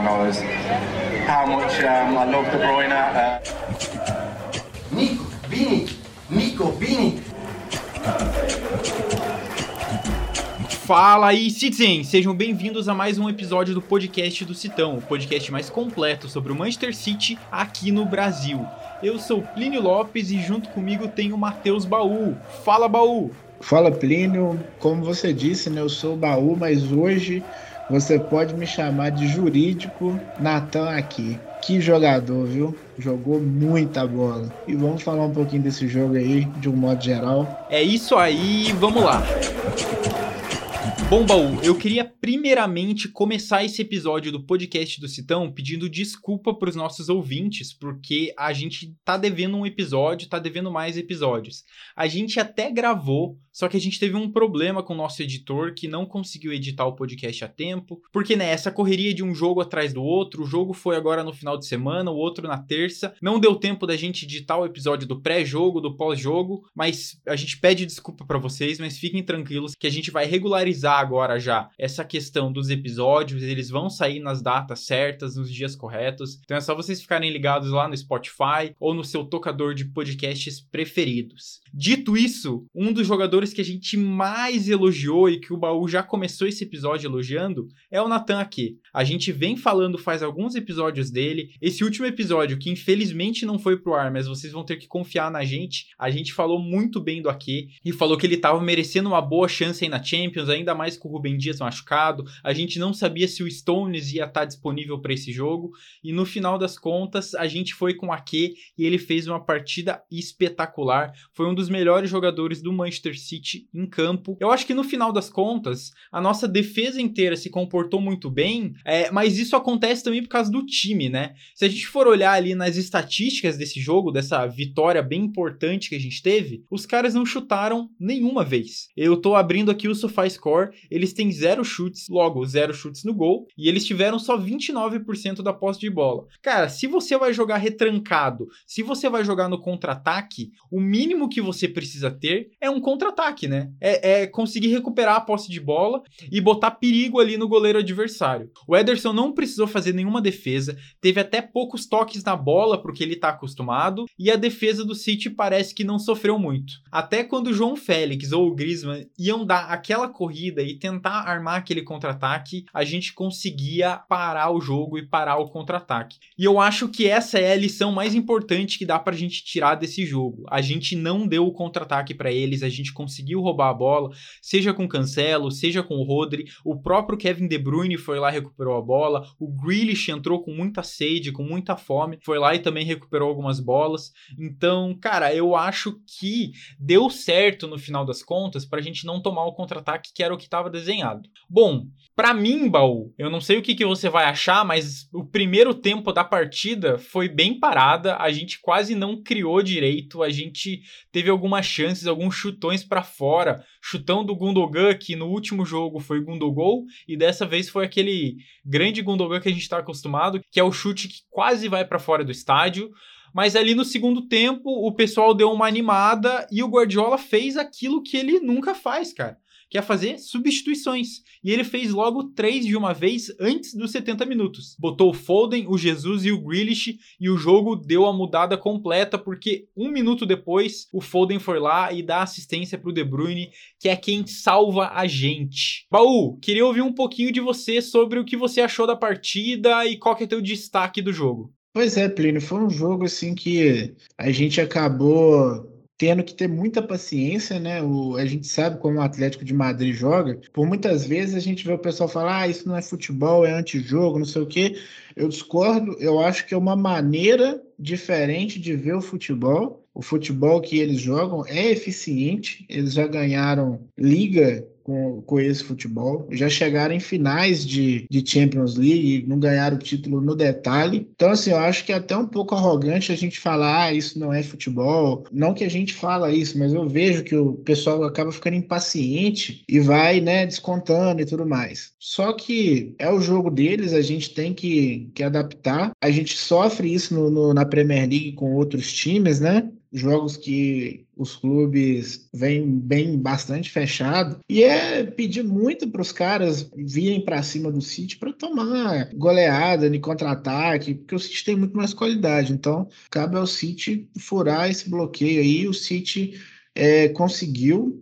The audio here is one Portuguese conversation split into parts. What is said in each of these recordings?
knows how much I love De Bruyne. Nico Bini. Fala aí, Citizen! Sejam bem-vindos a mais um episódio do podcast do Citão, o podcast mais completo sobre o Manchester City aqui no Brasil. Eu sou Plínio Lopes e junto comigo tem o Matheus Baú. Fala, Baú! Fala, Plínio. Como você disse, né, eu sou o Baú, mas hoje você pode me chamar de jurídico Natan aqui. Que jogador, viu? Jogou muita bola. E vamos falar um pouquinho desse jogo aí, de um modo geral. É isso aí, vamos lá! Bom, Baú, eu queria primeiramente começar esse episódio do podcast do Citão pedindo desculpa para os nossos ouvintes, porque a gente tá devendo um episódio, tá devendo mais episódios. A gente até gravou, só que a gente teve um problema com o nosso editor que não conseguiu editar o podcast a tempo, porque essa correria de um jogo atrás do outro, o jogo foi agora no final de semana, o outro na terça, não deu tempo da gente editar o episódio do pré-jogo, do pós-jogo, mas a gente pede desculpa para vocês, mas fiquem tranquilos que a gente vai regularizar agora já essa questão dos episódios, eles vão sair nas datas certas, nos dias corretos, então é só vocês ficarem ligados lá no Spotify ou no seu tocador de podcasts preferidos. Dito isso, um dos jogadores que a gente mais elogiou e que o Baú já começou esse episódio elogiando é o Natan Ake. A gente vem falando faz alguns episódios dele, esse último episódio que infelizmente não foi pro ar, mas vocês vão ter que confiar na gente, a gente falou muito bem do Ake e falou que ele tava merecendo uma boa chance aí na Champions, ainda mais com o Rubem Dias machucado, a gente não sabia se o Stones ia estar disponível para esse jogo, e no final das contas a gente foi com o Ake e ele fez uma partida espetacular, foi um dos melhores jogadores do Manchester City em campo. Eu acho que no final das contas a nossa defesa inteira se comportou muito bem, mas isso acontece também por causa do time, né? Se a gente for olhar ali nas estatísticas desse jogo, dessa vitória bem importante que a gente teve, os caras não chutaram nenhuma vez. Eu tô abrindo aqui o SofaScore, eles têm 0 chutes, logo 0 chutes no gol, e eles tiveram só 29% da posse de bola. Cara, se você vai jogar retrancado, se você vai jogar no contra-ataque, o mínimo que você precisa ter é um contra-ataque, né? É conseguir recuperar a posse de bola e botar perigo ali no goleiro adversário. O Ederson não precisou fazer nenhuma defesa, teve até poucos toques na bola porque ele tá acostumado, e a defesa do City parece que não sofreu muito. Até quando o João Félix ou o Griezmann iam dar aquela corrida e tentar armar aquele contra-ataque, a gente conseguia parar o jogo e parar o contra-ataque. E eu acho que essa é a lição mais importante que dá pra gente tirar desse jogo. A gente não deu o contra-ataque pra eles, a gente conseguiu roubar a bola, seja com o Cancelo, seja com o Rodri, o próprio Kevin De Bruyne foi lá e recuperou a bola, o Grealish entrou com muita sede, com muita fome, foi lá e também recuperou algumas bolas. Então, cara, eu acho que deu certo no final das contas pra gente não tomar o contra-ataque que era o que estava desenhado. Bom, pra mim, Baú, eu não sei o que você vai achar, mas o primeiro tempo da partida foi bem parada, a gente quase não criou direito, a gente teve algumas chances, alguns chutões pra fora, chutão do Gundogan, que no último jogo foi Gundogol, e dessa vez foi aquele grande Gundogan que a gente tá acostumado, que é o chute que quase vai pra fora do estádio. Mas ali no segundo tempo, o pessoal deu uma animada e o Guardiola fez aquilo que ele nunca faz, cara, que é fazer substituições. E ele fez logo 3 de uma vez antes dos 70 minutos. Botou o Foden, o Jesus e o Grealish e o jogo deu a mudada completa porque 1 minuto depois o Foden foi lá e dá assistência pro De Bruyne, que é quem salva a gente. Baú, queria ouvir um pouquinho de você sobre o que você achou da partida e qual que é teu destaque do jogo. Pois é, Plínio, foi um jogo assim que a gente acabou tendo que ter muita paciência, né? A gente sabe como o Atlético de Madrid joga. Por muitas vezes a gente vê o pessoal falar, isso não é futebol, é antijogo, não sei o quê. Eu discordo, eu acho que é uma maneira diferente de ver o futebol. O futebol que eles jogam é eficiente, eles já ganharam liga com esse futebol, já chegaram em finais de Champions League, não ganharam o título no detalhe. Então, assim, eu acho que é até um pouco arrogante a gente falar, isso não é futebol. Não que a gente fala isso, mas eu vejo que o pessoal acaba ficando impaciente e vai, né, descontando e tudo mais. Só que é o jogo deles, a gente tem que adaptar. A gente sofre isso na Premier League com outros times, né? jogos que os clubes vêm bem bastante fechado, e é pedir muito para os caras virem para cima do City para tomar goleada de contra-ataque, porque o City tem muito mais qualidade. Então, cabe ao City furar esse bloqueio aí. O City conseguiu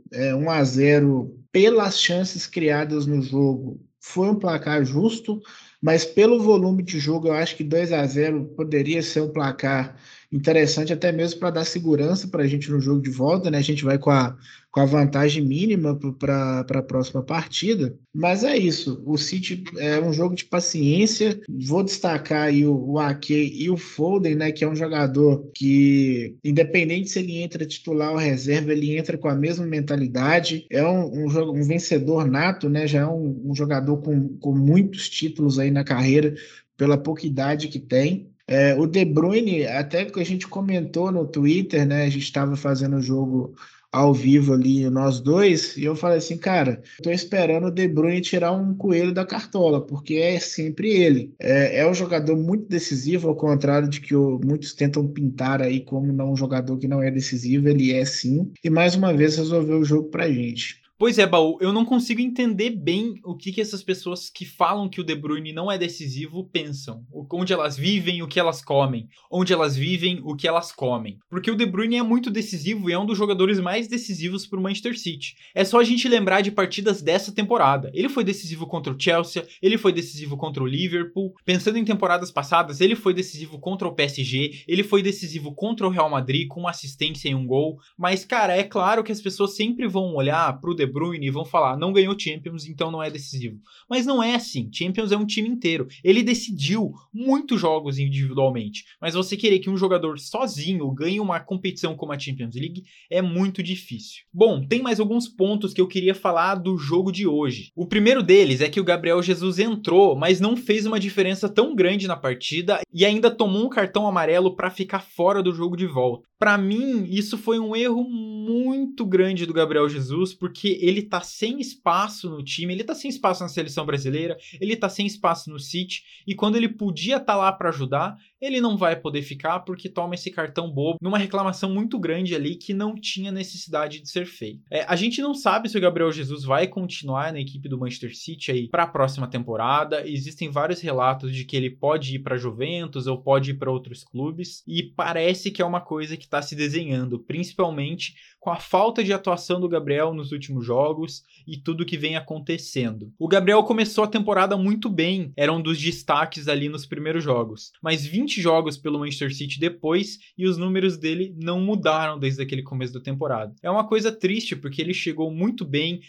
1-0 pelas chances criadas no jogo. Foi um placar justo, mas pelo volume de jogo, eu acho que 2-0 poderia ser um placar interessante, até mesmo para dar segurança para a gente no jogo de volta, né? A gente vai com a vantagem mínima para a próxima partida. Mas é isso, o City é um jogo de paciência. Vou destacar aí o Ake e o Foden, né? Que é um jogador que, independente se ele entra titular ou reserva, ele entra com a mesma mentalidade. É um vencedor nato, né? Já é um jogador com muitos títulos aí na carreira, pela pouca idade que tem. O De Bruyne, até que a gente comentou no Twitter, né? A gente estava fazendo o jogo ao vivo ali, nós dois, e eu falei assim, cara, tô esperando o De Bruyne tirar um coelho da cartola, porque é sempre ele. É um jogador muito decisivo, ao contrário de que muitos tentam pintar aí como não um jogador que não é decisivo, ele é sim, e mais uma vez resolveu o jogo pra gente. Pois é, Baú, eu não consigo entender bem o que essas pessoas que falam que o De Bruyne não é decisivo pensam. Onde elas vivem, o que elas comem. Onde elas vivem, o que elas comem. Porque o De Bruyne é muito decisivo e é um dos jogadores mais decisivos para o Manchester City. É só a gente lembrar de partidas dessa temporada. Ele foi decisivo contra o Chelsea, ele foi decisivo contra o Liverpool. Pensando em temporadas passadas, ele foi decisivo contra o PSG, ele foi decisivo contra o Real Madrid com uma assistência e um gol. Mas, cara, é claro que as pessoas sempre vão olhar pro De Bruyne e vão falar, não ganhou Champions, então não é decisivo. Mas não é assim, Champions é um time inteiro. Ele decidiu muitos jogos individualmente, mas você querer que um jogador sozinho ganhe uma competição como a Champions League é muito difícil. Bom, tem mais alguns pontos que eu queria falar do jogo de hoje. O primeiro deles é que o Gabriel Jesus entrou, mas não fez uma diferença tão grande na partida e ainda tomou um cartão amarelo para ficar fora do jogo de volta. Para mim, isso foi um erro muito grande do Gabriel Jesus, porque ele tá sem espaço no time, ele tá sem espaço na seleção brasileira, ele tá sem espaço no City, e quando ele podia estar lá para ajudar, ele não vai poder ficar porque toma esse cartão bobo numa reclamação muito grande ali que não tinha necessidade de ser feita. A gente não sabe se o Gabriel Jesus vai continuar na equipe do Manchester City aí para a próxima temporada. Existem vários relatos de que ele pode ir para Juventus ou pode ir para outros clubes, e parece que é uma coisa que está se desenhando, principalmente com a falta de atuação do Gabriel nos últimos jogos e tudo que vem acontecendo. O Gabriel começou a temporada muito bem, era um dos destaques ali nos primeiros jogos, mas 20 jogos pelo Manchester City depois e os números dele não mudaram desde aquele começo da temporada. É uma coisa triste porque ele chegou muito bem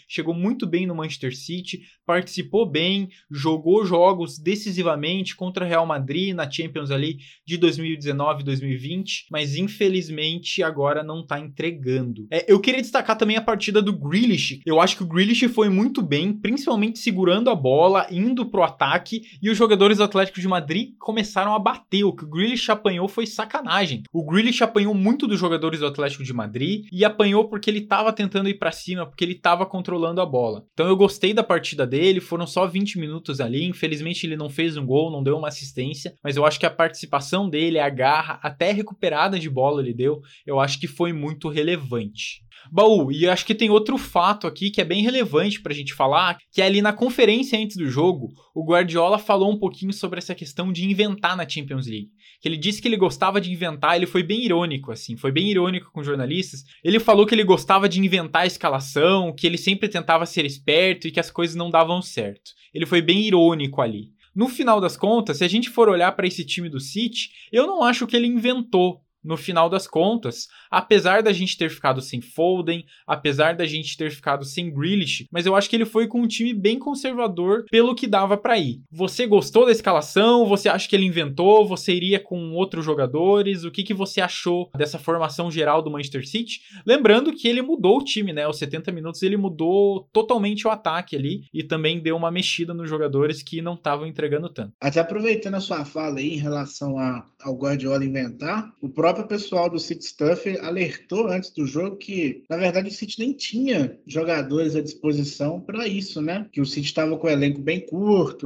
no Manchester City, participou bem, jogou jogos decisivamente contra o Real Madrid na Champions ali de 2019 e 2020, mas infelizmente agora não tá entregando. Eu queria destacar também a partida do Grealish. Eu acho que o Grealish foi muito bem, principalmente segurando a bola, indo pro ataque, e os jogadores do Atlético de Madrid começaram a bater. O que o Grealish apanhou foi sacanagem. O Grealish apanhou muito dos jogadores do Atlético de Madrid e apanhou porque ele tava tentando ir pra cima, porque ele tava controlando a bola. Então eu gostei da partida dele, foram só 20 minutos ali, infelizmente ele não fez um gol, não deu uma assistência, mas eu acho que a participação dele, a garra, até recuperada de bola ele deu, eu acho que foi muito relevante. Baú, e acho que tem outro fato aqui que é bem relevante pra gente falar, que é ali na conferência antes do jogo, o Guardiola falou um pouquinho sobre essa questão de inventar na Champions League. Que ele disse que ele gostava de inventar, ele foi bem irônico, assim, foi bem irônico com jornalistas. Ele falou que ele gostava de inventar a escalação, que ele sempre tentava ser esperto e que as coisas não davam certo. Ele foi bem irônico ali. No final das contas, se a gente for olhar para esse time do City, eu não acho que ele inventou. No final das contas, apesar da gente ter ficado sem Foden, apesar da gente ter ficado sem Grealish, mas eu acho que ele foi com um time bem conservador pelo que dava pra ir. Você gostou da escalação? Você acha que ele inventou? Você iria com outros jogadores? O que você achou dessa formação geral do Manchester City? Lembrando que ele mudou o time, né? Aos 70 minutos ele mudou totalmente o ataque ali e também deu uma mexida nos jogadores que não estavam entregando tanto. Até aproveitando a sua fala aí em relação ao Guardiola inventar, o próprio pessoal do City Stuff alertou antes do jogo que, na verdade, o City nem tinha jogadores à disposição para isso, né? Que o City estava com o elenco bem curto,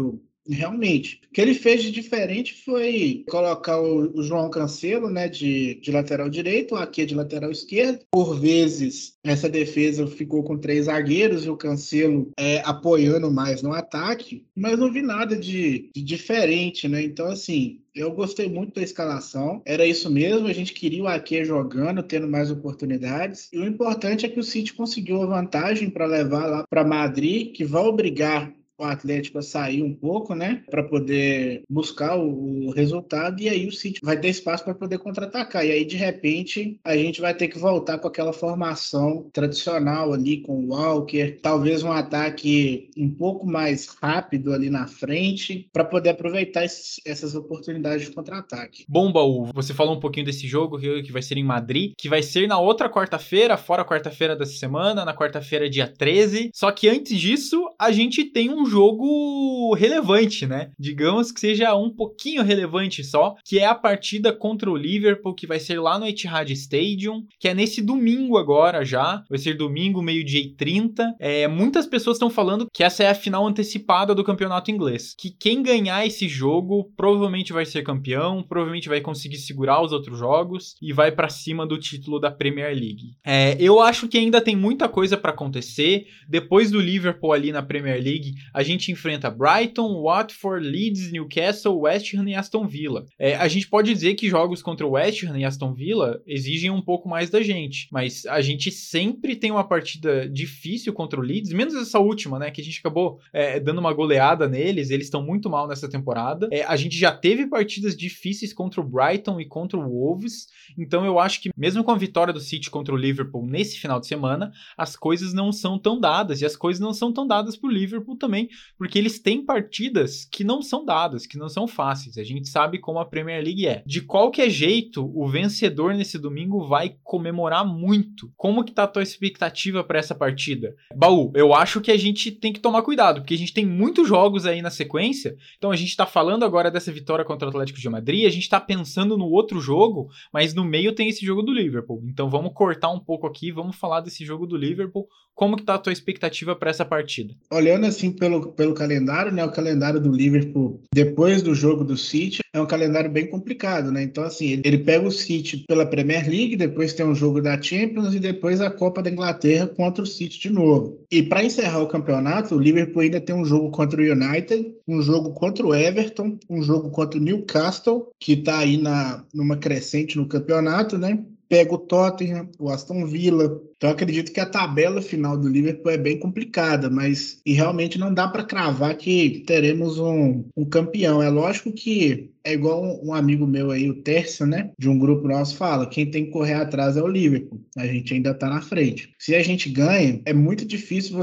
Realmente. O que ele fez de diferente foi colocar o João Cancelo, né, de lateral direito, o Ake de lateral esquerdo. Por vezes, essa defesa ficou com 3 zagueiros e o Cancelo apoiando mais no ataque, mas não vi nada de diferente, né? Então, assim, eu gostei muito da escalação. Era isso mesmo, a gente queria o Ake jogando, tendo mais oportunidades. E o importante é que o City conseguiu a vantagem para levar lá para Madrid, que vai obrigar o Atlético a sair um pouco, né, para poder buscar o resultado, e aí o City vai ter espaço para poder contra-atacar, e aí de repente a gente vai ter que voltar com aquela formação tradicional ali, com o Walker, talvez um ataque um pouco mais rápido ali na frente, para poder aproveitar essas oportunidades de contra-ataque. Bom, Baú, você falou um pouquinho desse jogo que vai ser em Madrid, que vai ser na outra quarta-feira, fora a quarta-feira dessa semana, na quarta-feira dia 13, só que antes disso, a gente tem um jogo relevante, né? Digamos que seja um pouquinho relevante só, que é a partida contra o Liverpool, que vai ser lá no Etihad Stadium, que é nesse domingo agora já, vai ser domingo, 12h30. Muitas pessoas estão falando que essa é a final antecipada do campeonato inglês, que quem ganhar esse jogo provavelmente vai ser campeão, provavelmente vai conseguir segurar os outros jogos e vai pra cima do título da Premier League. Eu acho que ainda tem muita coisa pra acontecer. Depois do Liverpool ali na Premier League, a gente enfrenta Brighton, Watford, Leeds, Newcastle, West Ham e Aston Villa. A gente pode dizer que jogos contra o West Ham e Aston Villa exigem um pouco mais da gente, mas a gente sempre tem uma partida difícil contra o Leeds, menos essa última, né, que a gente acabou dando uma goleada neles, eles estão muito mal nessa temporada. A gente já teve partidas difíceis contra o Brighton e contra o Wolves, então eu acho que mesmo com a vitória do City contra o Liverpool nesse final de semana, as coisas não são tão dadas, e as coisas não são tão dadas pro Liverpool também, porque eles têm partidas que não são dadas, que não são fáceis. A gente sabe como a Premier League é. De qualquer jeito, o vencedor nesse domingo vai comemorar muito. Como que tá a tua expectativa para essa partida? Baú, eu acho que a gente tem que tomar cuidado, porque a gente tem muitos jogos aí na sequência, então a gente tá falando agora dessa vitória contra o Atlético de Madrid, a gente tá pensando no outro jogo, mas no meio tem esse jogo do Liverpool. Então vamos cortar um pouco aqui, vamos falar desse jogo do Liverpool. Como que tá a tua expectativa para essa partida? Olhando assim pelo calendário, né, o calendário do Liverpool depois do jogo do City é um calendário bem complicado, né? Então assim, ele pega o City pela Premier League, depois tem um jogo da Champions e depois a Copa da Inglaterra contra o City de novo. E para encerrar o campeonato, o Liverpool ainda tem um jogo contra o United, um jogo contra o Everton, um jogo contra o Newcastle, que tá aí numa crescente no campeonato, né? Pega o Tottenham, o Aston Villa. Então eu acredito que a tabela final do Liverpool é bem complicada, mas e realmente não dá para cravar que teremos um campeão. É lógico que é igual um amigo meu aí, o Tércio, né, de um grupo nosso, fala, quem tem que correr atrás é o Liverpool. A gente ainda tá na frente. Se a gente ganha, é muito difícil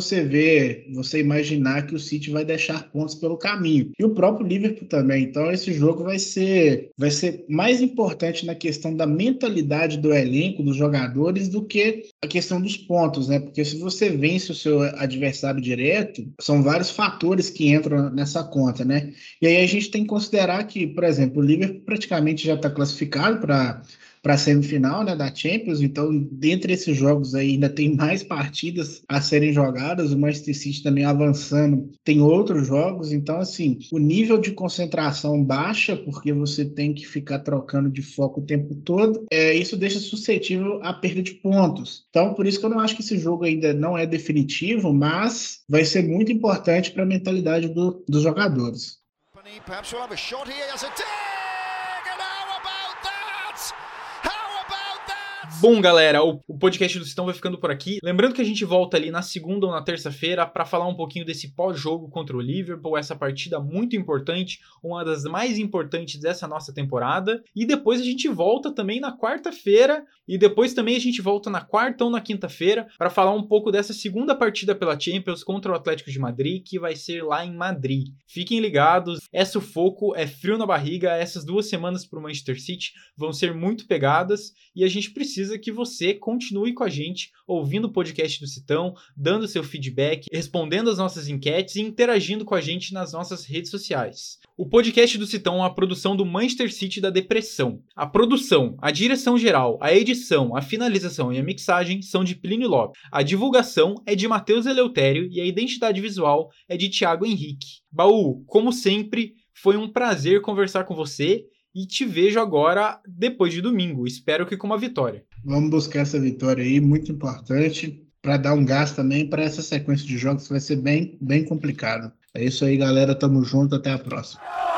você imaginar que o City vai deixar pontos pelo caminho. E o próprio Liverpool também. Então esse jogo vai ser mais importante na questão da mentalidade do elenco, dos jogadores, do que a questão dos pontos, né? Porque se você vence o seu adversário direto, são vários fatores que entram nessa conta, né? E aí a gente tem que considerar que, por exemplo, o Liverpool praticamente já está classificado para a semifinal, né, da Champions, então dentre esses jogos aí ainda tem mais partidas a serem jogadas, o Manchester City também avançando, tem outros jogos, então assim, o nível de concentração baixa, porque você tem que ficar trocando de foco o tempo todo, isso deixa suscetível à perda de pontos. Então por isso que eu não acho que esse jogo ainda não é definitivo, mas vai ser muito importante para a mentalidade dos jogadores. Perhaps we'll have a shot here as a dig, and how about that? How about that? Bom, galera, o podcast do Citão vai ficando por aqui. Lembrando que a gente volta ali na segunda ou na terça-feira para falar um pouquinho desse pós-jogo contra o Liverpool, essa partida muito importante, uma das mais importantes dessa nossa temporada. E depois a gente volta também na quarta-feira, e depois também a gente volta na quarta ou na quinta-feira para falar um pouco dessa segunda partida pela Champions contra o Atlético de Madrid, que vai ser lá em Madrid. Fiquem ligados, é sufoco, é frio na barriga, essas 2 semanas para o Manchester City vão ser muito pegadas e a gente precisa precisa que você continue com a gente, ouvindo o podcast do Citão, dando seu feedback, respondendo as nossas enquetes e interagindo com a gente nas nossas redes sociais. O podcast do Citão é uma produção do Manchester City da Depressão. A produção, a direção geral, a edição, a finalização e a mixagem são de Plínio Lopes. A divulgação é de Matheus Eleutério e a identidade visual é de Thiago Henrique. Baú, como sempre, foi um prazer conversar com você e te vejo agora depois de domingo. Espero que com uma vitória. Vamos buscar essa vitória aí, muito importante, para dar um gás também para essa sequência de jogos que vai ser bem complicado. É isso aí, galera. Tamo junto. Até a próxima.